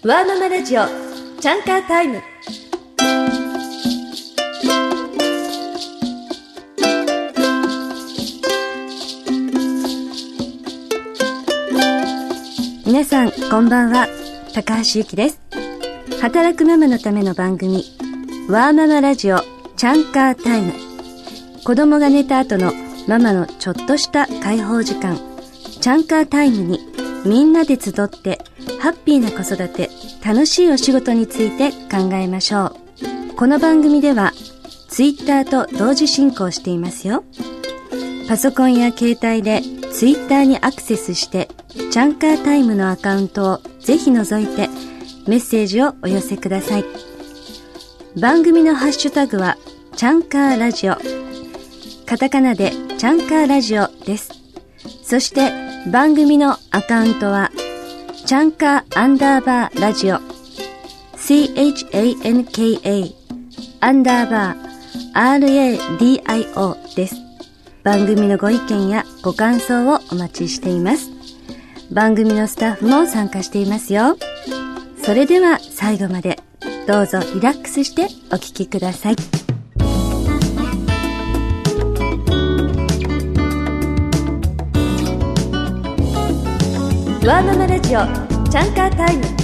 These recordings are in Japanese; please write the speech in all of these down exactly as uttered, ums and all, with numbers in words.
ワーママラジオチャンカータイム。皆さんこんばんは、高橋ゆきです。働くママのための番組ワーママラジオチャンカータイム。子供が寝た後のママのちょっとした解放時間、チャンカータイムにみんなで集ってハッピーな子育て、楽しいお仕事について考えましょう。この番組ではツイッターと同時進行していますよ。パソコンや携帯でツイッターにアクセスしてチャンカータイムのアカウントをぜひ覗いてメッセージをお寄せください。番組のハッシュタグはチャンカーラジオ、カタカナでチャンカーラジオです。そして番組のアカウントはチャンカーアンダーバーラジオ チャンカ アンダーバー ラディオ です。番組のご意見やご感想をお待ちしています。番組のスタッフも参加していますよ。それでは最後までどうぞリラックスしてお聞きください。ワーママラジオチャンカータイム。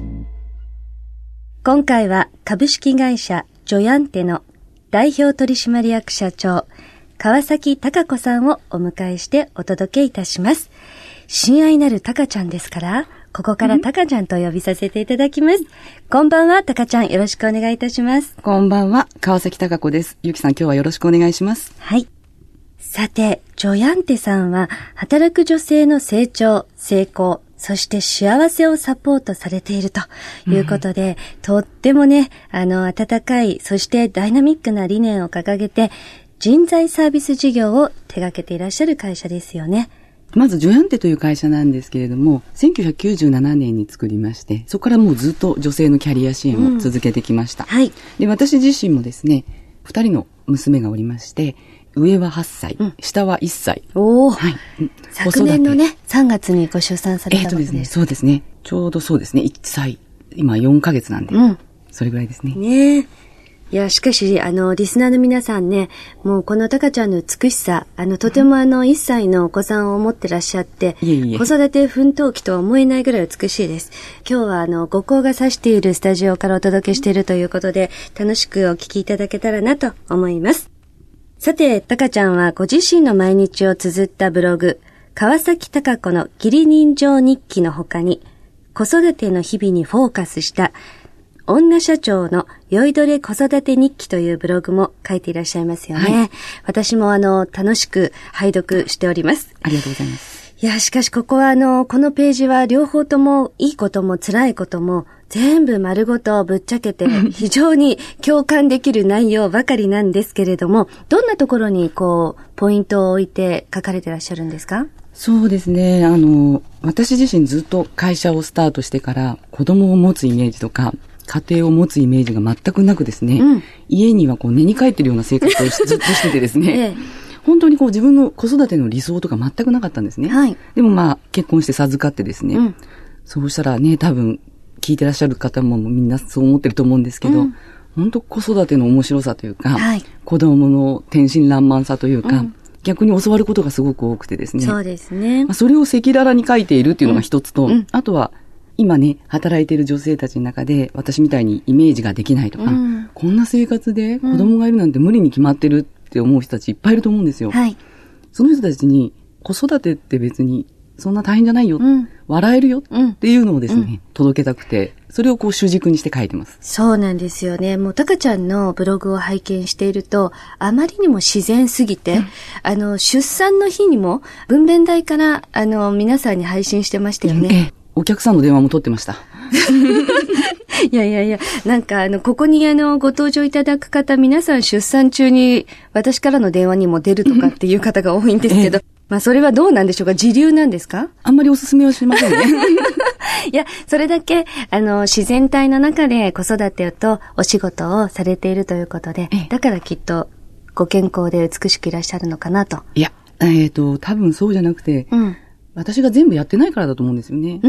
今回は株式会社ジョヤンテの代表取締役社長川崎貴子さんをお迎えしてお届けいたします。親愛なるタカちゃんですから、ここからタカちゃんと呼びさせていただきます。こんばんは、タカちゃん、よろしくお願いいたします。 こんばんは、川崎貴子です。ゆきさん、今日はよろしくお願いします。 はい。さて、ジョヤンテさんは働く女性の成長、成功、そして幸せをサポートされているということで、うん、とってもね、あの、温かい、そしてダイナミックな理念を掲げて、人材サービス事業を手掛けていらっしゃる会社ですよね。 まずジョヤンテという会社なんですけれども、せんきゅうひゃくきゅうじゅうななねんに作りまして、そこからもうずっと女性のキャリア支援を続けてきました。うん、はい。で、私自身もですね、二人の娘がおりまして、上ははっさい、うん、下はいっさい。 おー。はい。昨年のね、さんがつにご出産されたわけです。 えーとですね、そうですね。ちょうどそうですね、いっさい。今よんかげつなんで、うん、それぐらいですね。 ねえ。いや、しかし、あの、リスナーの皆さんね、もうこのタカちゃんの美しさ、あの、とてもあの、いっさいのお子さんを持ってらっしゃって、いえいえ、子育て奮闘期とは思えないぐらい美しいです。今日はあの、五光が差しているスタジオからお届けしているということで、楽しくお聞きいただけたらなと思います。さて、タカちゃんはご自身の毎日を綴ったブログ、川崎貴子の義理人情日記の他に、子育ての日々にフォーカスした、女社長の酔いどれ子育て日記というブログも書いていらっしゃいますよね。はい、私もあの、楽しく拝読しております。 ありがとうございます。 いや、しかしここはあの、このページは両方ともいいことも辛いことも全部丸ごとぶっちゃけて非常に共感できる内容ばかりなんですけれども、どんなところにこう、ポイントを置いて書かれていらっしゃるんですか？ そうですね。あの、私自身ずっと会社をスタートしてから子供を持つイメージとか、家庭を持つイメージが全くなくですね、うん、家にはこう寝に帰ってるような生活をずっとしててですね、ええ、本当にこう自分の子育ての理想とか全くなかったんですね。はい、でもまあ結婚して授かってですね、うん、そうしたらね、多分聞いてらっしゃる方もみんなそう思ってると思うんですけど、うん、本当子育ての面白さというか、はい、子供の天真爛漫さというか、うん、逆に教わることがすごく多くてですね。 そうですね。 まあ、それを赤裸々に書いているっていうのが一つと、うんうん、あとは今ね、働いている女性たちの中で、私みたいにイメージができないとか、うん、こんな生活で子供がいるなんて無理に決まってるって思う人たちいっぱいいると思うんですよ。はい、その人たちに、子育てって別にそんな大変じゃないよ、うん、笑えるよっていうのをですね、うん、届けたくて、それをこう主軸にして書いてます。 そうなんですよね。もうタカちゃんのブログを拝見していると、あまりにも自然すぎて、うん、あの、出産の日にも分娩台からあの、皆さんに配信してましたよね。 お客さんの電話も取ってました。 いやいやいや、なんかあの、ここにあの、ご登場いただく方、皆さん出産中に私からの電話にも出るとかっていう方が多いんですけど、まあそれはどうなんでしょうか？時流なんですか？ あんまりおすすめはしませんね。 いや、それだけ、あの、自然体の中で子育てとお仕事をされているということで、だからきっとご健康で美しくいらっしゃるのかなと。 いや、えっと、多分そうじゃなくて、うん、私が全部やってないからだと思うんですよね。ん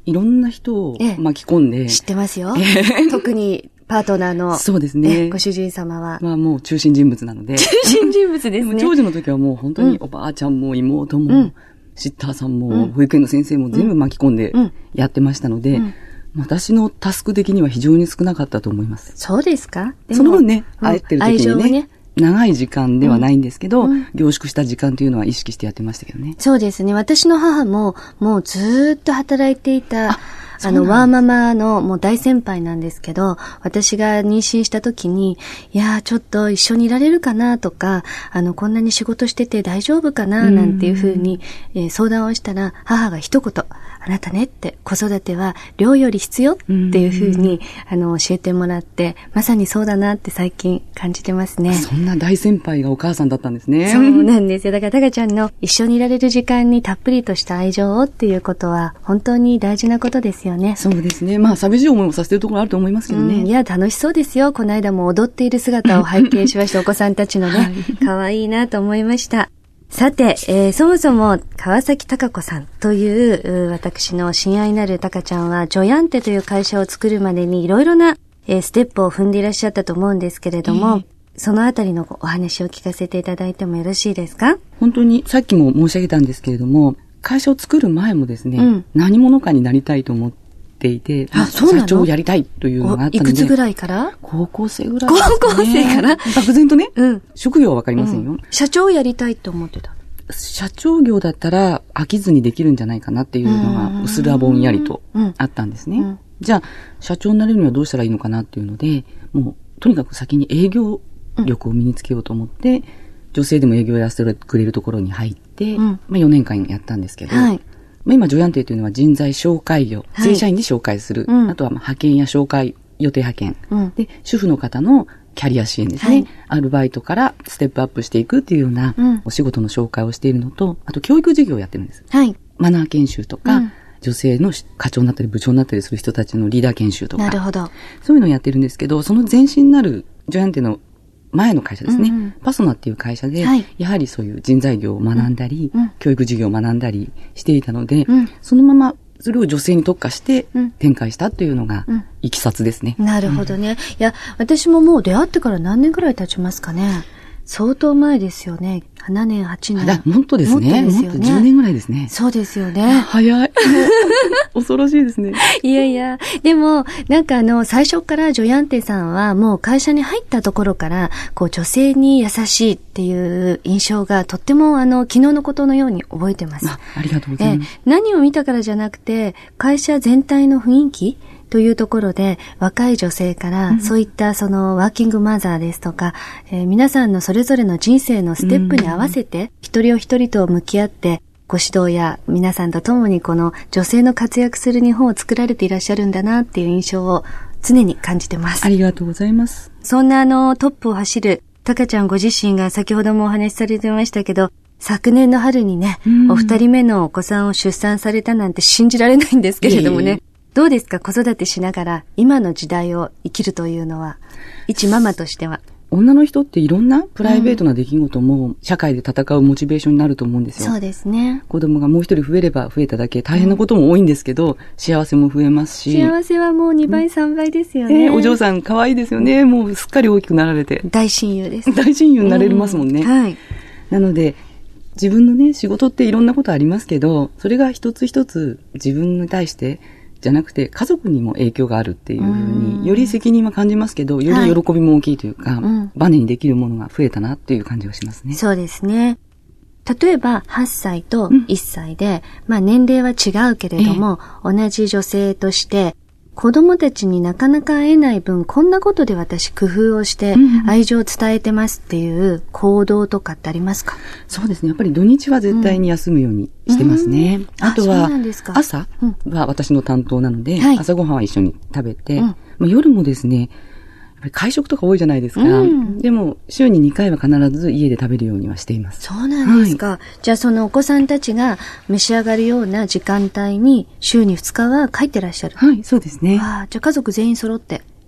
いろんな人を巻き込んで。 ええ、知ってますよ。特にパートナーの。 そうですね。 ご主人様は。 まあもう中心人物なので。 中心人物ですね。 長女の時はもう本当におばあちゃんも妹も、うん、シッターさんも、うん、保育園の先生も全部巻き込んでやってましたので、うんうん、私のタスク的には非常に少なかったと思います。 そうですか？でもその分ね、会えてる時にね。愛情をね。長い時間ではないんですけど、うん、凝縮した時間というのは意識してやってましたけどね。 そうですね。私の母ももうずーっと働いていた、あ, あの、ワーママのもう大先輩なんですけど、私が妊娠した時に、いやーちょっと一緒にいられるかなとか、あの、こんなに仕事してて大丈夫かななんていうふうに、えー、相談をしたら、母が一言、あなたねって子育ては量より質よっていうふうに、あの、教えてもらって、まさにそうだなって最近感じてますね。 そんな大先輩がお母さんだったんですね。 そうなんですよ。だからタカちゃんの一緒にいられる時間にたっぷりとした愛情をっていうことは本当に大事なことですよね。 そうですね。まあ寂しい思いもさせてるところあると思いますけどね。 うん、いや楽しそうですよ。この間も踊っている姿を拝見しました。お子さんたちのね、可愛いなと思いました。さて、えー、そもそも川崎貴子さんという私の親愛なるタカちゃんはジョヤンテという会社を作るまでにいろいろな、えー、ステップを踏んでいらっしゃったと思うんですけれども、えー、そのあたりのお話を聞かせていただいてもよろしいですか？ 本当にさっきも申し上げたんですけれども、会社を作る前もですね、うん、何者かになりたいと思っていて、 あ、そうなの？ 社長をやりたいというのがあったので。 いくつぐらいから？ 高校生ぐらいですね。 高校生から漠然とね、うん、職業はわかりませんよ、うん。 社長をやりたいと思ってた。 社長業だったら飽きずにできるんじゃないかなっていうのが薄らぼんやりとあったんですね。うんうん、じゃあ社長になれるにはどうしたらいいのかなっていうので、もうとにかく先に営業力を身につけようと思って、うん、女性でも営業をやらせてくれるところに入って、うん、まあよねんかんやったんですけど、はい、まあ、今ジョヤンテというのは人材紹介業、はい、正社員で紹介する、うん、あとはまあ派遣や紹介、予定派遣、うん、で主婦の方のキャリア支援ですね、はい、アルバイトからステップアップしていくっていうようなお仕事の紹介をしているのと、あと教育事業をやってるんです。はい、マナー研修とか、うん、女性の課長になったり部長になったりする人たちのリーダー研修とか、 なるほど。 そういうのをやってるんですけど、その前身になるジョヤンテの前の会社ですね、うんうん、パソナっていう会社で、はい、やはりそういう人材業を学んだり、うん、教育事業を学んだりしていたので、うん、そのままそれを女性に特化して展開したというのがいきさつですね。 うん、なるほどね。うん、いや、私ももう出会ってから何年くらい経ちますかね。相当前ですよね。ななねん、はちねん。 あ、もっとですね。もっとですよね。もっとじゅうねんぐらいですね。 そうですよね。 早い。恐ろしいですね。 いやいや、でも、なんかあの、最初からジョヤンテさんはもう会社に入ったところから、こう女性に優しいっていう印象がとってもあの、昨日のことのように覚えてます。 あ、ありがとうございます。 え、何を見たからじゃなくて、会社全体の雰囲気というところで若い女性から、うん、そういったそのワーキングマザーですとか、えー、皆さんのそれぞれの人生のステップに合わせて、うん、一人お一人と向き合ってご指導や皆さんと共にこの女性の活躍する日本を作られていらっしゃるんだなっていう印象を常に感じてます。 ありがとうございます。 そんなあのトップを走るタカちゃんご自身が先ほどもお話しされてましたけど、昨年の春にね、うん、お二人目のお子さんを出産されたなんて信じられないんですけれどもね、えーどうですか、子育てしながら今の時代を生きるというのは、一ママとしては。 女の人っていろんなプライベートな出来事も社会で戦うモチベーションになると思うんですよ。 そうですね。 子供がもう一人増えれば増えただけ大変なことも多いんですけど、うん、幸せも増えますし。 幸せはもうにばい、うん、さんばいですよね。 えー、お嬢さん可愛いですよね。もうすっかり大きくなられて。 大親友です。 大親友になれますもんね。 うん、はい。 なので、自分のね、仕事っていろんなことありますけど、それが一つ一つ自分に対して、じゃなくて家族にも影響があるっていうふうにより責任は感じますけど、より喜びも大きいというか、はい、うん、バネにできるものが増えたなっていう感じがしますね。 そうですね。例えばはっさいといっさいで、うん、まあ年齢は違うけれども、えー、同じ女性として子供たちになかなか会えない分、こんなことで私工夫をして愛情を伝えてますっていう行動とかってありますか？ そうですね。やっぱり土日は絶対に休むようにしてますね。うん、あとは、朝は私の担当なので、うん、朝ごはんは一緒に食べて、うん、まあ、夜もですね、会食とか多いじゃないですか。うん、でも、週ににかいは必ず家で食べるようにはしています。 そうなんですか。はい、じゃあ、そのお子さんたちが召し上がるような時間帯に、週にふつかは帰ってらっしゃる。 はい、そうですね。 あ、じゃあ、家族全員揃って。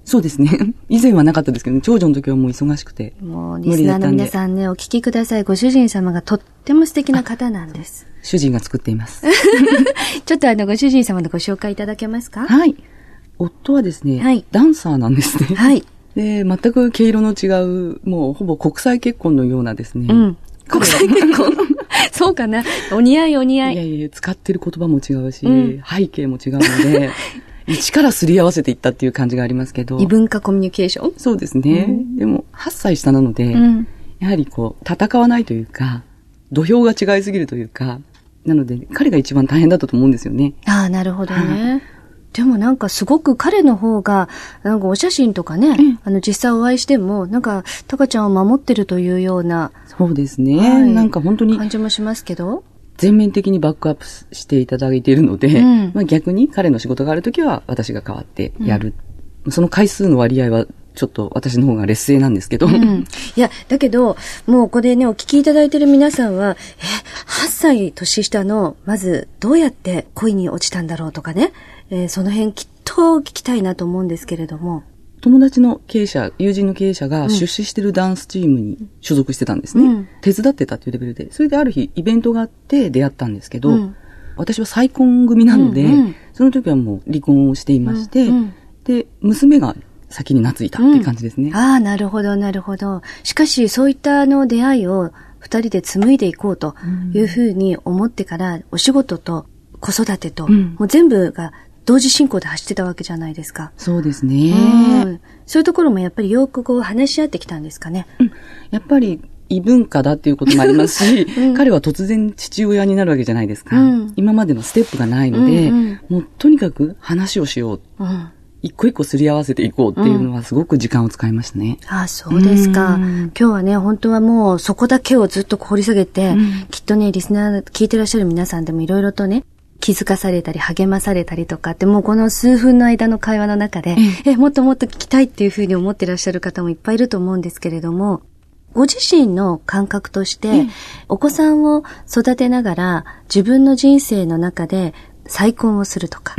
そうですね。以前はなかったですけど、ね、長女の時はもう忙しくて。 もうリスナーの皆さんね、お聞きください。ご主人様がとっても素敵な方なんです。 主人が作っています。 ちょっとあの、ご主人様のご紹介いただけますか？ はい。夫はですね、はい、ダンサーなんですね。 はい。 で、全く毛色の違う、もうほぼ国際結婚のようなですね。 うん。国際結婚そうかな。お似合いお似合い。 いやいや、使ってる言葉も違うし、うん、背景も違うので、一からすり合わせていったっていう感じがありますけど。 異文化コミュニケーション？ そうですね。うん、でも、はっさい下なので、うん、やはりこう、戦わないというか、土俵が違いすぎるというか、なので、彼が一番大変だったと思うんですよね。 ああ、なるほどね。でもなんかすごく彼の方が、なんかお写真とかね、うん、あの実際お会いしても、なんか、タカちゃんを守ってるというような。 そうですね。はい、なんか本当に。 感じもしますけど。 全面的にバックアップしていただいているので、うん、まあ逆に彼の仕事があるときは私が代わってやる。うん、その回数の割合はちょっと私の方が劣勢なんですけど。うん、 いや、だけど、もうここでね、お聞きいただいている皆さんは、え、はっさい年下の、まずどうやって恋に落ちたんだろうとかね、えー、その辺きっと聞きたいなと思うんですけれども。 友達の経営者、友人の経営者が出資してるダンスチームに所属してたんですね。うん、手伝ってたっていうレベルで。それである日イベントがあって出会ったんですけど、うん、私は再婚組なので、うんうん、その時はもう離婚をしていまして、うんうん、で、娘が先に懐いたっていう感じですね。 うん、ああ、なるほど、なるほど。しかし、そういったあの出会いを二人で紡いでいこうというふうに思ってから、お仕事と子育てと、うん、もう全部が同時進行で走ってたわけじゃないですか。 そうですね。 うん、そういうところもやっぱりよくこう話し合ってきたんですかね。 うん、やっぱり異文化だっていうこともありますし、うん、彼は突然父親になるわけじゃないですか。うん、今までのステップがないので、うんうん、もうとにかく話をしよう。うん、一個一個すり合わせていこうっていうのはすごく時間を使いましたね。 うん、ああ、そうですか。今日はね、本当はもうそこだけをずっと掘り下げて、うん、きっとね、リスナー聞いてらっしゃる皆さんでもいろいろとね、気づかされたり励まされたりとかって、もうこの数分の間の会話の中で、え、えもっともっと聞きたいっていうふうに思ってらっしゃる方もいっぱいいると思うんですけれども、ご自身の感覚として、うん、お子さんを育てながら自分の人生の中で再婚をするとか、うん、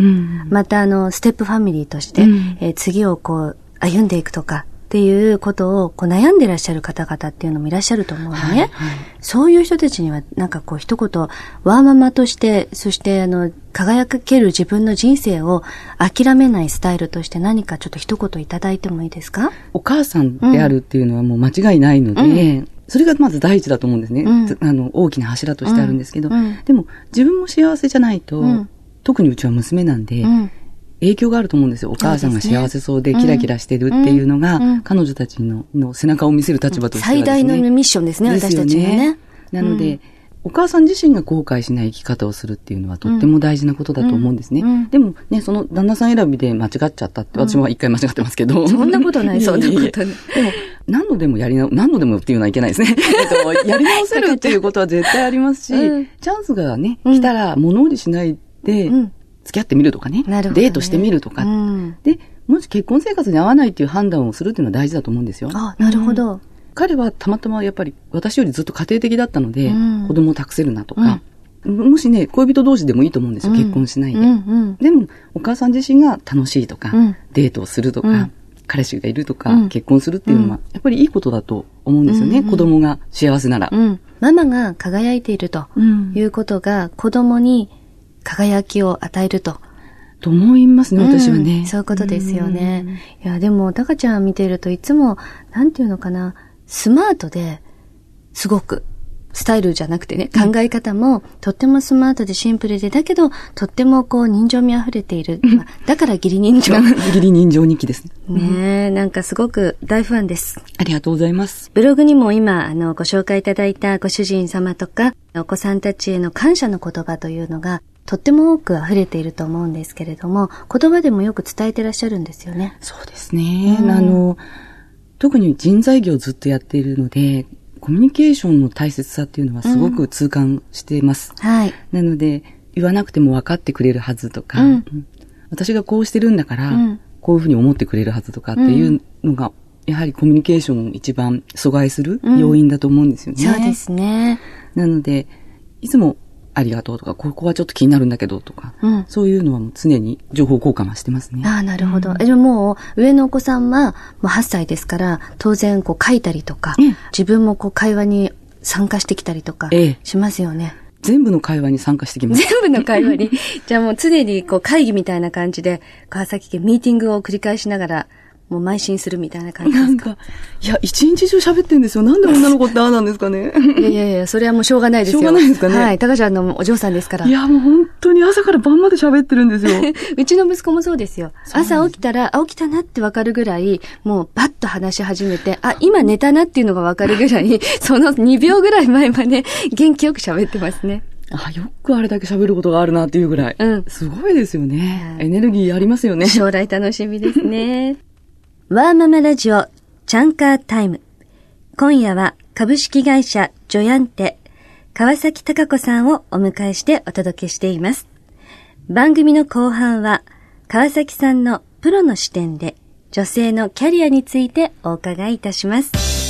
またあのステップファミリーとして、うん、えー、次をこう歩んでいくとかっていうことをこう悩んでらっしゃる方々っていうのもいらっしゃると思うのね、はいはい、そういう人たちにはなんかこう一言ワーママとして、そしてあの輝ける自分の人生を諦めないスタイルとして何かちょっと一言いただいてもいいですか？ お母さんであるっていうのはもう間違いないので、うん、それがまず第一だと思うんですね、うん、あの大きな柱としてあるんですけど、うんうん、でも自分も幸せじゃないと、うん、特にうちは娘なんで、うん、影響があると思うんですよ。お母さんが幸せそうでキラキラしてるっていうのが、うんうん、彼女たち の, の背中を見せる立場としてはですね、 最大のミッションですね、私たちのね。 なので、うん、お母さん自身が後悔しない生き方をするっていうのはとっても大事なことだと思うんですね。うんうん、でもね、その旦那さん選びで間違っちゃったって、私も一回間違ってますけど。うん、 そんなことない、そんなことない。でも、 何度でもやり直、何度でもっていうのはいけないですね。やり直せるっていうことは絶対ありますし、うん、チャンスがね、来たら物おじしないで、うん、付き合ってみるとかね、ね、デートしてみるとか、うん、で、もし結婚生活に合わないっていう判断をするっていうのは大事だと思うんですよ。 あ、なるほど。うん、 彼はたまたまやっぱり私よりずっと家庭的だったので、うん、子供を託せるなとか、うん、もしね、恋人同士でもいいと思うんですよ、うん、結婚しないで、うんうん。でも、お母さん自身が楽しいとか、うん、デートをするとか、うん、彼氏がいるとか、うん、結婚するっていうのは、やっぱりいいことだと思うんですよね、うんうん、子供が幸せなら、うん。 ママが輝いているということが、子供に輝きを与えると。 と思いますね、私はね、 うん。そういうことですよね。いや、でも、タカちゃん見ているといつも、なんていうのかな、スマートで、すごく、スタイルじゃなくてね、考え方も、とってもスマートでシンプルで、だけど、とってもこう、人情味あふれている。まあ、だから義理人情。 義理人情日記ですね。 ねえ、なんかすごく大ファンです。 ありがとうございます。 ブログにも今、あの、ご紹介いただいたご主人様とか、お子さんたちへの感謝の言葉というのが、とっても多く溢れていると思うんですけれども、言葉でもよく伝えてらっしゃるんですよね。 そうですね。うん、あの、特に人材業をずっとやっているので、コミュニケーションの大切さっていうのはすごく痛感しています。 うん、はい。 なので、言わなくても分かってくれるはずとか、うん、私がこうしてるんだから、うん、こういうふうに思ってくれるはずとかっていうのが、うん、やはりコミュニケーションを一番阻害する要因だと思うんですよね。 うん、そうですね。 なので、いつもありがとうとか、ここはちょっと気になるんだけどとか、うん、そういうのはもう常に情報交換はしてますね。 ああ、なるほど。うん、じゃあもう、上のお子さんはもうはっさいですから、当然こう書いたりとか、うん、自分もこう会話に参加してきたりとかしますよね。ええ、 全部の会話に参加してきます。 全部の会話に。じゃあもう常にこう会議みたいな感じで、川崎家ミーティングを繰り返しながら、もう邁進するみたいな感じですか？ なんか、いや、一日中喋ってるんですよ。なんで女の子ってああなんですかね。 いやいやいや、それはもうしょうがないですよ。 しょうがないですかね。 はい。高ちゃんのお嬢さんですから。 いや、もう本当に朝から晩まで喋ってるんですよ。 うちの息子もそうですよ。朝起きたら、あ、起きたなってわかるぐらい、もうバッと話し始めて、あ、今寝たなっていうのがわかるぐらい、そのにびょうぐらい前まで元気よく喋ってますね。 あ、よくあれだけ喋ることがあるなっていうぐらい。うん。すごいですよね。エネルギーありますよね。 将来楽しみですね。ワーママラジオチャンカータイム。今夜は株式会社ジョヤンテ川崎貴子さんをお迎えしてお届けしています。番組の後半は川崎さんのプロの視点で女性のキャリアについてお伺いいたします。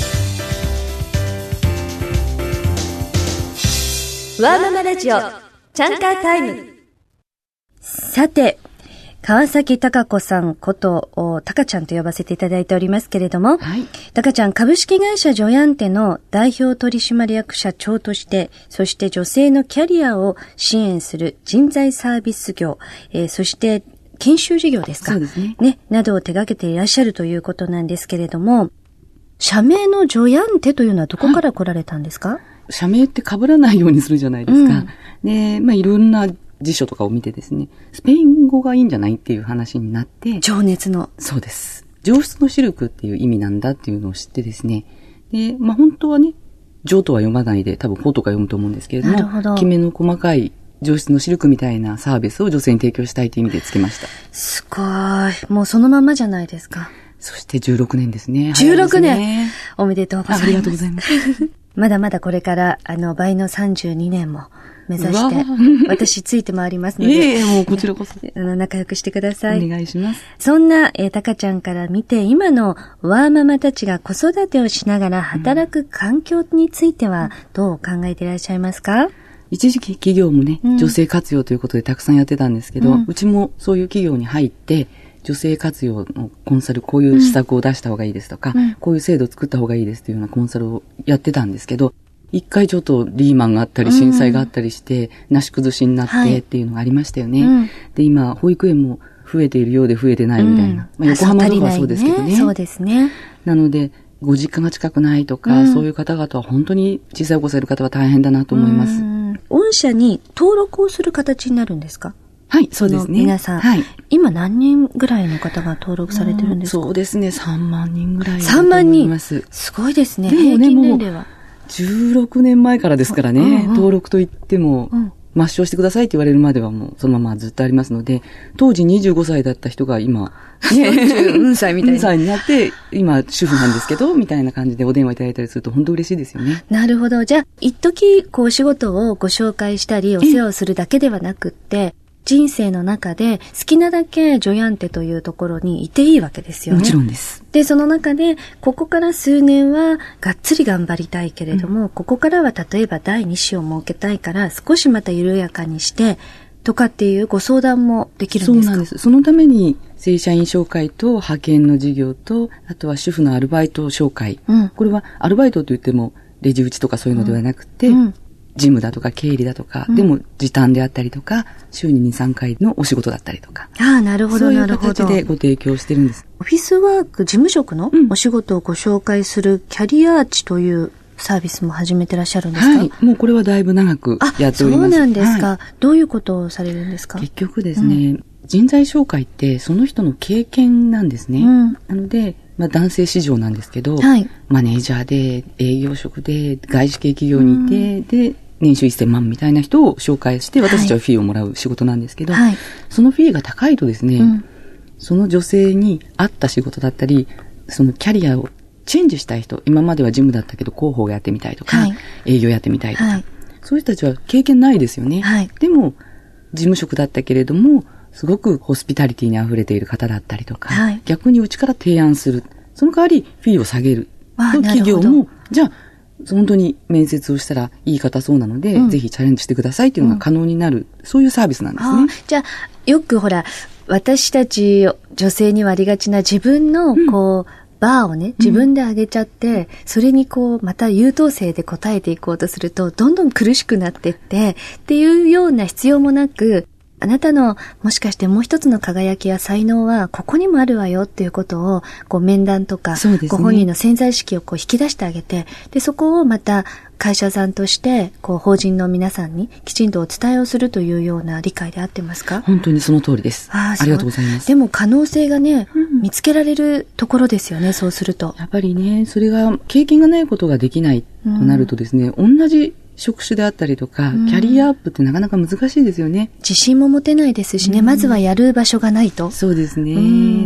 ワーママラジオチャンカータイム。さて、川崎貴子さんことタカちゃんと呼ばせていただいておりますけれども、はい、タカちゃん株式会社ジョヤンテの代表取締役社長として、そして女性のキャリアを支援する人材サービス業、えー、そして研修事業ですか、 そうですね、 ね、などを手掛けていらっしゃるということなんですけれども、社名のジョヤンテというのはどこから来られたんですか？はい、 社名って被らないようにするじゃないですか。うん、で、まあいろんな辞書とかを見てですね、スペイン語がいいんじゃないっていう話になって。 情熱の。 そうです。上質のシルクっていう意味なんだっていうのを知ってですね。で、まあ本当はね、情とは読まないで多分法とか読むと思うんですけれども、なるほど。きめの細かい上質のシルクみたいなサービスを女性に提供したいという意味でつけました。 すごい。もうそのままじゃないですか。 そしてじゅうろくねんですね。 じゅうろくねん。おめでとうございます。 ありがとうございます。 まだまだこれからあの倍のさんじゅうにねんも目指して、私ついて回りますので。 いえいえ、もうこちらこそ。 あの、仲良くしてください。 お願いします。 そんな、えー、たかちゃんから見て、今のワーママたちが子育てをしながら働く環境については、どう考えていらっしゃいますか？ 一時期企業もね、うん、女性活用ということでたくさんやってたんですけど、うん、うちもそういう企業に入って、女性活用のコンサル、こういう施策を出した方がいいですとか、うん、こういう制度を作った方がいいですというようなコンサルをやってたんですけど、一回ちょっとリーマンがあったり震災があったりして、うん、なし崩しになってっていうのがありましたよね。はい、うん、で、今保育園も増えているようで増えてないみたいな。うん、まあ、横浜とかはそうですけどね。 そうですね。 なので、ご実家が近くないとか、うん、そういう方々は本当に小さいお子さんいる方は大変だなと思います。うん、 御社に登録をする形になるんですか？ はい、そうですね。 皆さん。はい。今何人ぐらいの方が登録されてるんですか？ そうですね、さんまんにんぐらいだと思います。 さんまんにん。すごいですね。 でもね、平均年齢は。じゅうろくねんまえからですからね、うんうん、登録といっても、うん、抹消してくださいって言われるまではもうそのままずっとありますので、当時にじゅうごさいだった人が今、 ね、よんじゅうさいみたいな。よんさいになって、今主婦なんですけど、みたいな感じでお電話いただいたりすると本当嬉しいですよね。 なるほど。じゃあ、一時こう仕事をご紹介したり、お世話をするだけではなくって、人生の中で好きなだけジョヤンテというところにいていいわけですよね。 もちろんです。 で、その中で、ここから数年はがっつり頑張りたいけれども、うん、ここからは例えばだいに子を設けたいから少しまた緩やかにして、とかっていうご相談もできるんですか？ そうなんです。そのために正社員紹介と派遣の事業と、あとは主婦のアルバイト紹介。うん、これはアルバイトと言ってもレジ打ちとかそういうのではなくて、うんうん、事務だとか経理だとか、うん、でも時短であったりとか、週にに、さんかいのお仕事だったりとか。 ああ、なるほど、なるほど。 そういう形でご提供してるんです。 オフィスワーク、事務職のお仕事をご紹介するキャリアーチというサービスも始めてらっしゃるんですか？ はい。もうこれはだいぶ長くやっております。 そうなんですか。はい、どういうことをされるんですか？ 結局ですね、うん、人材紹介ってその人の経験なんですね。うん、なので、まあ、男性市場なんですけど、はい、マネージャーで営業職で外資系企業にいて、うん、で、年収せんまんみたいな人を紹介して私たちはフィーをもらう仕事なんですけど、はい、そのフィーが高いとですね、うん、その女性に合った仕事だったり、そのキャリアをチェンジしたい人、今までは事務だったけど広報やってみたいとか、はい、営業やってみたいとか、はい、そういう人たちは経験ないですよね。はい、でも事務職だったけれどもすごくホスピタリティに溢れている方だったりとか、はい、逆にうちから提案する、その代わりフィーを下げる。企業もじゃあ本当に面接をしたらいい方そうなので、うん、ぜひチャレンジしてくださいっていうのが可能になる、うん、そういうサービスなんですね。 じゃあ、よくほら、私たち女性にはありがちな自分のこう、うん、バーをね、自分で上げちゃって、うん、それにこう、また優等生で答えていこうとすると、どんどん苦しくなってって、っていうような必要もなく、あなたのもしかしてもう一つの輝きや才能はここにもあるわよっていうことをこう面談とか、ね、ご本人の潜在意識をこう引き出してあげて、でそこをまた会社さんとしてこう法人の皆さんにきちんとお伝えをするというような理解で合ってますか？ 本当にその通りです。あ, ありがとうございます。 でも可能性がね、うん、見つけられるところですよね。そうするとやっぱりね、それが経験がないことができないとなるとですね、うん、同じ職種であったりとか、うん、キャリアアップってなかなか難しいですよね。 自信も持てないですしね、うん、まずはやる場所がないと。 そうですね。うん、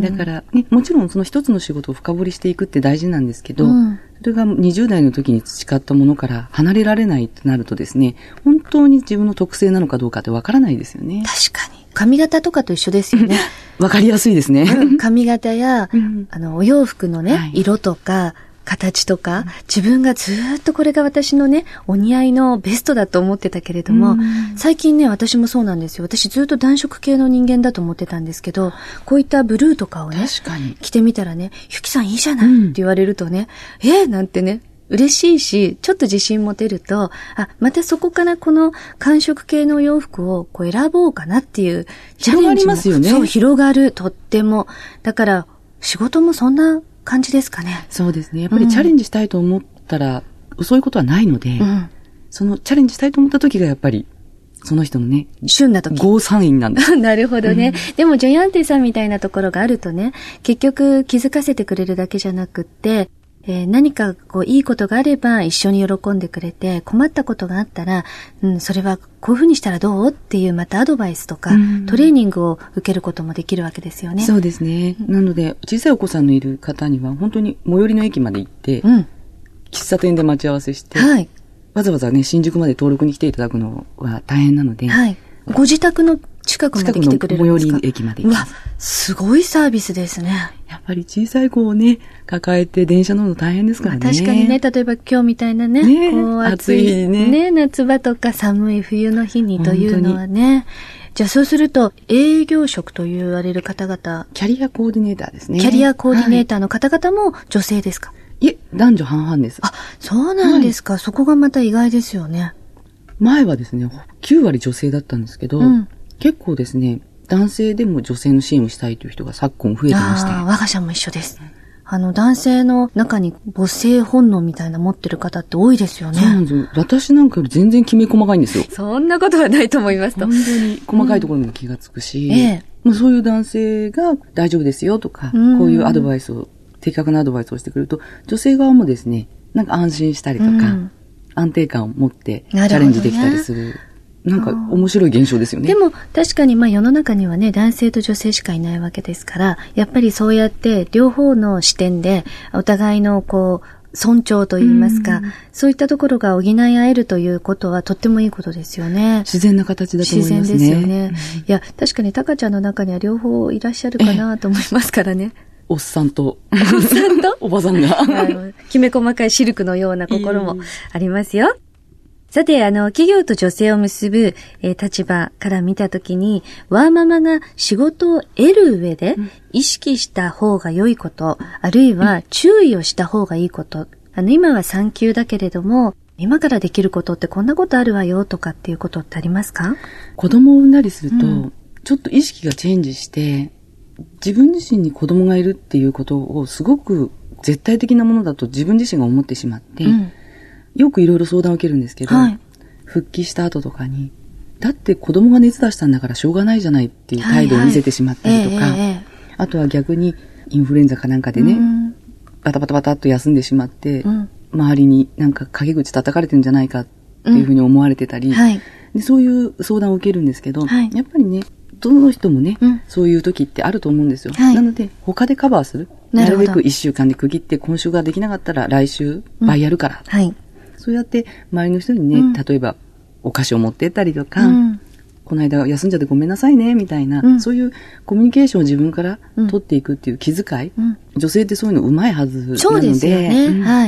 だから、ね、もちろんその一つの仕事を深掘りしていくって大事なんですけど、うん、それがにじゅう代の時に培ったものから離れられないとなるとですね、本当に自分の特性なのかどうかってわからないですよね。 確かに。髪型とかと一緒ですよね。 わかりやすいですね。 うん、髪型や、うん、あの、お洋服のね、はい、色とか、形とか、自分がずーっとこれが私のね、お似合いのベストだと思ってたけれども、最近ね、私もそうなんですよ。私ずっと暖色系の人間だと思ってたんですけど、こういったブルーとかをね、 確かに着てみたらね、ゆきさんいいじゃない、うん、って言われるとね、えー、なんてね、嬉しいし、ちょっと自信持てると、あ、またそこからこの寒色系の洋服をこう選ぼうかなっていうチャレンジも、 広がりますよね。 そう、広がる、とっても。だから、仕事もそんな感じですかね。 そうですね。やっぱりチャレンジしたいと思ったら、うん、そういうことはないので、うん、そのチャレンジしたいと思った時がやっぱり、その人のね、 旬な時。 ゴーサインなんです。 なるほどね。うん、でも、ジョヤンテさんみたいなところがあるとね、結局気づかせてくれるだけじゃなくって、えー、何かこういいことがあれば一緒に喜んでくれて、困ったことがあったら、うん、それはこういうふうにしたらどうっていうまたアドバイスとか、うん、トレーニングを受けることもできるわけですよね。 そうですね。うん、なので、小さいお子さんのいる方には本当に最寄りの駅まで行って、うん、喫茶店で待ち合わせして、はい、わざわざね、新宿まで登録に来ていただくのは大変なので、はい、 ご自宅の近くまで来てくれるんですか？ 近くの最寄り駅まで行きます。 うわ、すごいサービスですね。 やっぱり小さい子をね、抱えて電車乗るの大変ですからね。 確かにね、例えば今日みたいなね、ね、こう暑い、暑いね、ね、夏場とか寒い冬の日にというのはね。じゃあそうすると、営業職と言われる方々。 キャリアコーディネーターですね。 キャリアコーディネーターの方々も女性ですか？ はい、いえ、男女半々です。 あ、そうなんですか。はい、そこがまた意外ですよね。 前はですね、きゅう割女性だったんですけど、うん、結構ですね、男性でも女性の支援をしたいという人が昨今増えてまして。 ああ、我が社も一緒です。あの、男性の中に母性本能みたいな持ってる方って多いですよね。 そうなんですよ。私なんかより全然きめ細かいんですよ。 そんなことはないと思いますと。 本当に細かいところにも気がつくし、うん、ええ、もうそういう男性が大丈夫ですよとか、うん、こういうアドバイスを、的確なアドバイスをしてくれると、女性側もですね、なんか安心したりとか、うん、安定感を持ってチャレンジできたりする。なんか面白い現象ですよね。 でも確かにまあ世の中にはね、男性と女性しかいないわけですから、やっぱりそうやって両方の視点でお互いのこう尊重といいますか、そういったところが補い合えるということはとってもいいことですよね。 自然な形だと思いますね。 自然ですよね。うん、いや、確かにタカちゃんの中には両方いらっしゃるかなと思いますからね。 おっさんと、 おっさんとおばさんが。 きめ細かいシルクのような心もありますよ。さて、あの、企業と女性を結ぶ、えー、立場から見たときに、ワーママが仕事を得る上で意識した方が良いこと、うん、あるいは注意をした方がいいこと、あの、今は産休だけれども、今からできることってこんなことあるわよとかっていうことってありますか？ 子供を産んだりすると、うん、ちょっと意識がチェンジして、自分自身に子供がいるっていうことをすごく絶対的なものだと自分自身が思ってしまって、うん、よくいろいろ相談を受けるんですけど、はい、復帰した後とかに、だって子供が熱出したんだからしょうがないじゃないっていう態度を見せてしまったりとか、はいはいえーえー、あとは逆にインフルエンザかなんかでね、うん、バタバタバタっと休んでしまって、うん、周りになんか陰口叩かれてるんじゃないかっていうふうに思われてたり、うんはい、でそういう相談を受けるんですけど、はい、やっぱりね、どの人もね、うん、そういう時ってあると思うんですよ。はい、なので、他でカバーする。なるべくいっしゅうかんで区切って、今週ができなかったら来週倍やるから。うんはい、そうやって周りの人にね、うん、例えばお菓子を持ってったりとか、うん、この間休んじゃってごめんなさいね、みたいな、うん、そういうコミュニケーションを自分から取っていくっていう気遣い。うん、女性ってそういうの上手いはずなので、 そうですよね。うん、はい。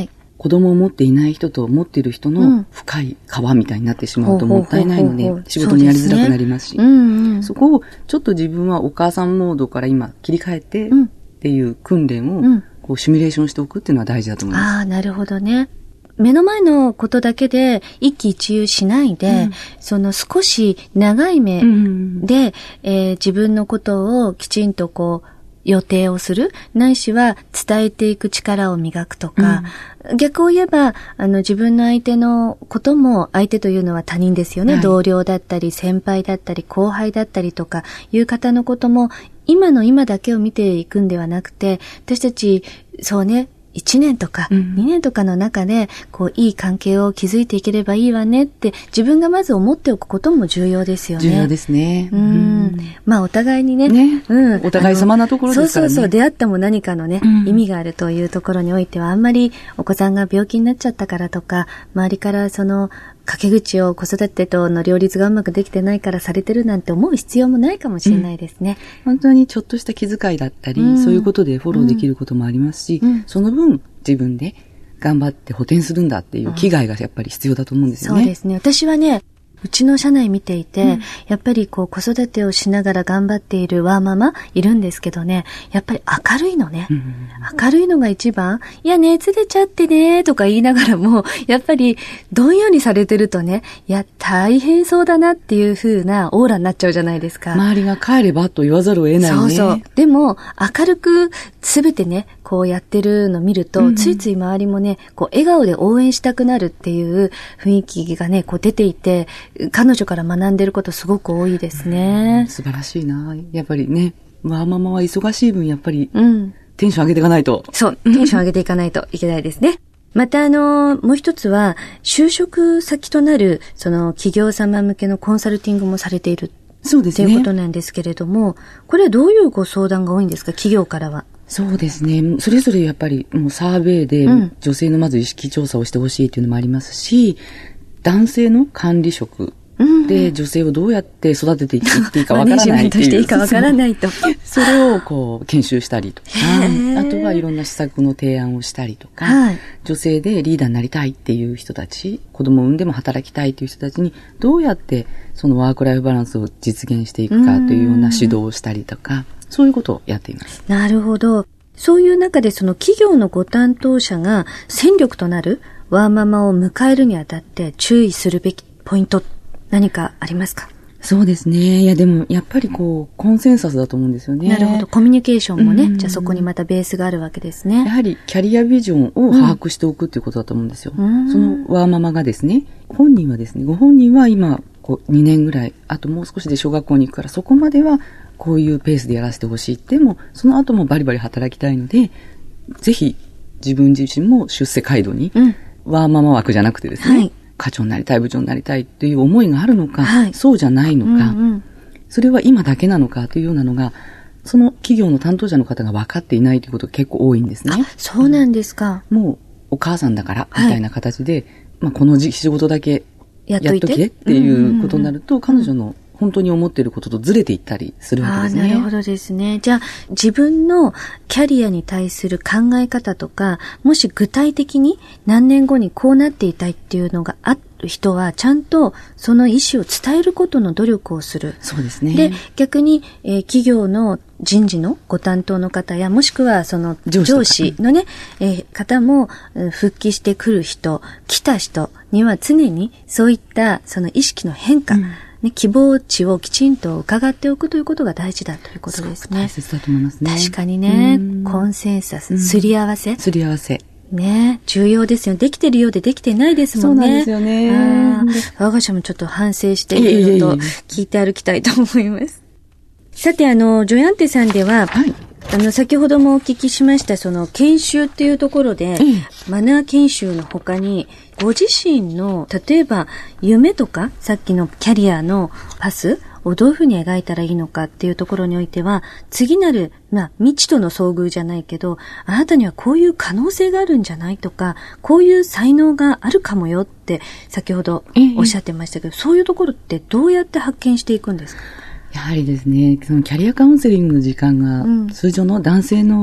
子供を持っていない人と持っている人の深い川みたいになってしまうともったいないので、仕事にやりづらくなりますし、そ, す、ねうんうん、そこをちょっと自分はお母さんモードから今切り替えてっていう訓練をこうシミュレーションしておくっていうのは大事だと思います。 ああ、なるほどね。目の前のことだけで一喜一憂しないで、うん、その少し長い目で、うんうんえー、自分のことをきちんとこう予定をする、ないしは伝えていく力を磨くとか、うん、逆を言えば、あの自分の相手のことも、相手というのは他人ですよね、はい、同僚だったり先輩だったり後輩だったりとかいう方のことも、今の今だけを見ていくんではなくて、私たち、そうね、いちねんとかにねんとかの中で、こう、いい関係を築いていければいいわねって、自分がまず思っておくことも重要ですよね。 重要ですね。 うん。うん、まあ、お互いにね。 ね。うん。お互い様なところですからね。 そうそうそう。出会ったも何かのね、うん、意味があるというところにおいては、あんまりお子さんが病気になっちゃったからとか、周りからその、掛け口を子育てとの両立がうまくできてないからされてるなんて思う必要もないかもしれないですね。 うん、本当にちょっとした気遣いだったり、うん、そういうことでフォローできることもありますし、うん、その分自分で頑張って補填するんだっていう気概がやっぱり必要だと思うんですよね。 そうですね。私はね、うちの社内見ていて、うん、やっぱりこう子育てをしながら頑張っているワーママいるんですけどね、やっぱり明るいのね。うん、明るいのが一番、いや熱出ちゃってねとか言いながらも、やっぱりどんよりされてるとね、いや大変そうだなっていう風なオーラになっちゃうじゃないですか。 周りが帰ればと言わざるを得ないね。 そうそう。でも明るくすべてね、こうやってるの見ると、うん、ついつい周りもね、こう笑顔で応援したくなるっていう雰囲気がね、こう出ていて、彼女から学んでることすごく多いですね。 素晴らしいな。やっぱりね、ワーママは忙しい分やっぱり、うん、テンション上げていかないと。 そう、テンション上げていかないといけないですね。またあの、もう一つは、就職先となる、その企業様向けのコンサルティングもされている。 そうですね。 ということなんですけれども、これはどういうご相談が多いんですか、企業からは。 そうですね。それぞれやっぱりもうサーベイで女性のまず意識調査をしてほしいというのもありますし、男性の管理職で女性をどうやって育てていっていいかわからないっていう。マネジメントしていいかわからないと。 それをこう研修したりとか、あとはいろんな施策の提案をしたりとか、はい、女性でリーダーになりたいっていう人たち、子供を産んでも働きたいっていう人たちにどうやってそのワークライフバランスを実現していくかというような指導をしたりとか、そういうことをやっています。 なるほど。そういう中でその企業のご担当者が戦力となるワーママを迎えるにあたって注意するべきポイント何かありますか？ そうですね。いやでもやっぱりこうコンセンサスだと思うんですよね。 なるほど。コミュニケーションもね、じゃあそこにまたベースがあるわけですね。 やはりキャリアビジョンを把握しておくっていうことだと思うんですよ。うん、そのワーママがですね、本人はですね、ご本人は今こうにねんぐらい、あともう少しで小学校に行くからそこまではこういうペースでやらせてほしいって、でもその後もバリバリ働きたいので、ぜひ自分自身も出世街道に、うん、ワーママ枠じゃなくてですね、はい、課長になりたい部長になりたいっていう思いがあるのか、はい、そうじゃないのか、うんうん、それは今だけなのかというようなのがその企業の担当者の方が分かっていないということが結構多いんですね。 あ、そうなんですか。 もうお母さんだからみたいな形で、はい、まあ、この仕事だけやっとけっていうことになると、うんうんうん、彼女の本当に思っていることとずれていったりするわけですね。 あ、なるほどですね。じゃあ自分のキャリアに対する考え方とか、もし具体的に何年後にこうなっていたいっていうのがある人は、ちゃんとその意思を伝えることの努力をする。 そうですね。 で、逆に、えー、企業の人事のご担当の方や、もしくはその上司のね、えー、方も、うん、復帰してくる人、来た人には常にそういったその意識の変化、うんね、希望値をきちんと伺っておくということが大事だということですね。 大切だと思いますね。 確かにね、コンセンサス、すり合わせ。 すり合わせ。 ね、重要ですよ。できてるようでできてないですもんね。 そうなんですよね。 我が社もちょっと反省しているのと聞いて歩きたいと思います。さて、あの、ジョヤンテさんでは、はい、あの、先ほどもお聞きしました、その、研修っていうところで、うん、マナー研修の他に、ご自身の、例えば、夢とか、さっきのキャリアのパスをどういうふうに描いたらいいのかっていうところにおいては、次なる、まあ、未知との遭遇じゃないけど、あなたにはこういう可能性があるんじゃないとか、こういう才能があるかもよって、先ほどおっしゃってましたけど、うん、そういうところってどうやって発見していくんですか？ やはりですね、そのキャリアカウンセリングの時間が、うん、通常の男性の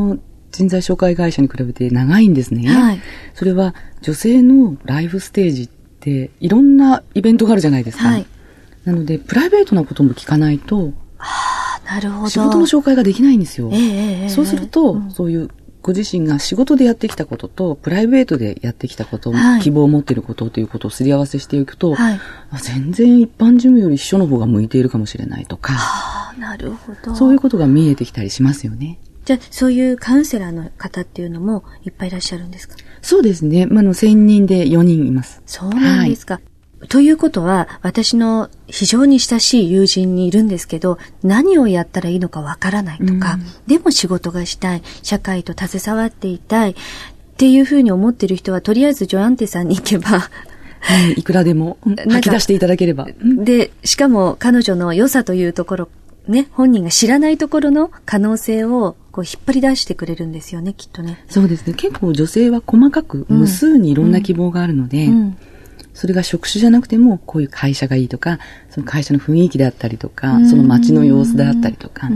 人材紹介会社に比べて長いんですね。 はい。 それは女性のライフステージっていろんなイベントがあるじゃないですか。はい。なのでプライベートなことも聞かないと、 ああ、なるほど。 仕事の紹介ができないんですよ。 えーえー、 そうすると、うん、そういうご自身が仕事でやってきたこととプライベートでやってきたこと、はい、希望を持っていることということをすり合わせしていくと、はい、全然一般事務より秘書の方が向いているかもしれないとか、 はあ、なるほど。 そういうことが見えてきたりしますよね。 じゃあそういうカウンセラーの方っていうのもいっぱいいらっしゃるんですか？ そうですね。まあ、のせんにんでよにんいます。 そうなんですか。はい、ということは私の非常に親しい友人にいるんですけど、何をやったらいいのかわからないとか、うん、でも仕事がしたい、社会と携わっていたいっていうふうに思っている人はとりあえずジョアンテさんに行けば、 うん、いくらでも吐き出していただければ。 で、しかも彼女の良さというところね、本人が知らないところの可能性をこう引っ張り出してくれるんですよね、きっとね。 そうですね。結構女性は細かく無数にいろんな希望があるので、うんうん、それが職種じゃなくてもこういう会社がいいとか、その会社の雰囲気であったりとか、その街の様子であったりとか、うん、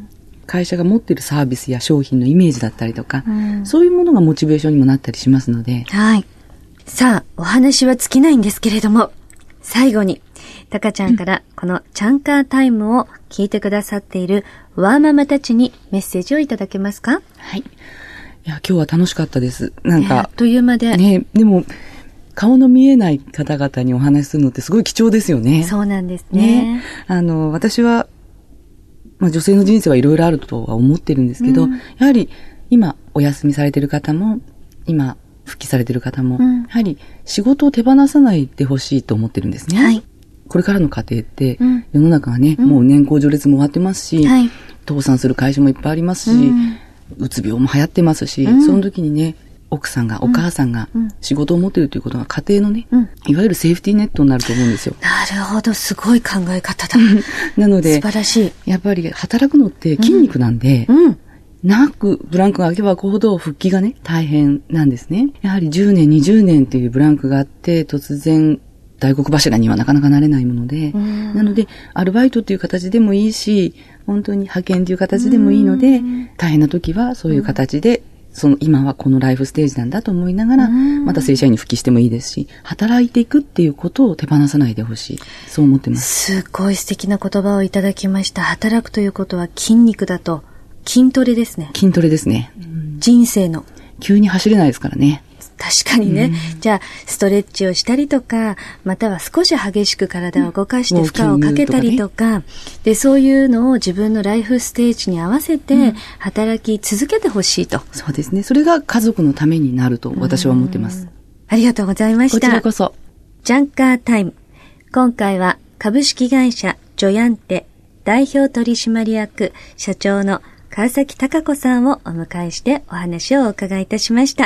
会社が持っているサービスや商品のイメージだったりとか、うん、そういうものがモチベーションにもなったりしますので。 はい。さあ、お話は尽きないんですけれども、最後にタカちゃんからこのチャンカータイムを聞いてくださっているワーママたちにメッセージをいただけますか？ はい。いや、今日は楽しかったです。なんか。 あっという間で。 ね、でも、顔の見えない方々にお話しするのってすごい貴重ですよね。 そうなんですね。 ね、あの、私は、まあ女性の人生はいろいろあるとは思ってるんですけど、うん、やはり今お休みされている方も、今復帰されている方も、うん、やはり仕事を手放さないでほしいと思ってるんですね。はい。これからの家庭って、うん、世の中はね、うん、もう年功序列も終わってますし、はい、倒産する会社もいっぱいありますし、うん、うつ病も流行ってますし、うん、その時にね、奥さんが、お母さんが仕事を持っているということが家庭のね、うん、いわゆるセーフティーネットになると思うんですよ。 なるほど、すごい考え方だ。 なので、 素晴らしい。 やっぱり働くのって筋肉なんで、うんうん、長くブランクが空けば空くほど復帰がね、大変なんですね。やはりじゅうねん、にじゅうねんというブランクがあって、突然、大黒柱にはなかなかなれないもので、なので、アルバイトという形でもいいし、本当に派遣という形でもいいので、大変な時はそういう形で、その今はこのライフステージなんだと思いながら、また正社員に復帰してもいいですし、働いていくっていうことを手放さないでほしい。そう思ってます。 すごい素敵な言葉をいただきました。働くということは筋肉だと、筋トレですね。 筋トレですね。 人生の。 急に走れないですからね。 確かにね、うん、じゃあストレッチをしたりとか、または少し激しく体を動かして負荷をかけたりとか、うん、とかね、でそういうのを自分のライフステージに合わせて働き続けてほしいと、うん、 そうですね。それが家族のためになると私は思ってます。 ありがとうございました。 こちらこそ。 ジャンカータイム、今回は株式会社ジョヤンテ代表取締役社長の川崎貴子さんをお迎えしてお話をお伺いいたしました。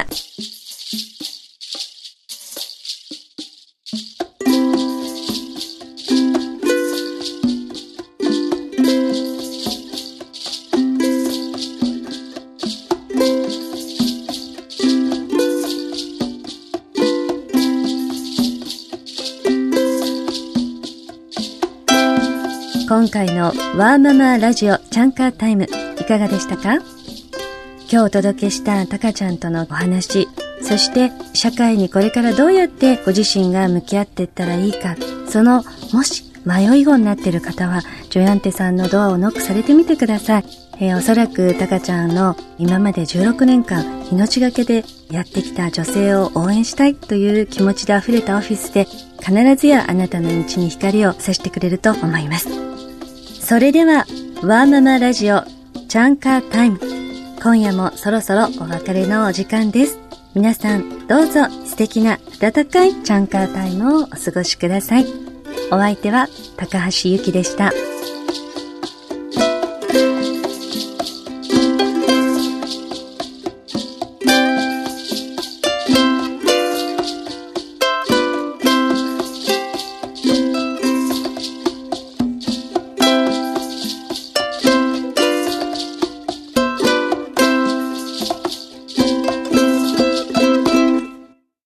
今回のワーママラジオチャンカータイムいかがでしたか？今日お届けしたタカちゃんとのお話、そして社会にこれからどうやってご自身が向き合っていったらいいか、そのもし迷い子になっている方はジョヤンテさんのドアをノックされてみてください。えー、おそらくタカちゃんの今までじゅうろくねんかん命がけでやってきた女性を応援したいという気持ちで溢れたオフィスで必ずやあなたの道に光を差してくれると思います。それではワーママラジオチャンカータイム、今夜もそろそろお別れのお時間です。皆さんどうぞ素敵な温かいチャンカータイムをお過ごしください。お相手は高橋由紀でした。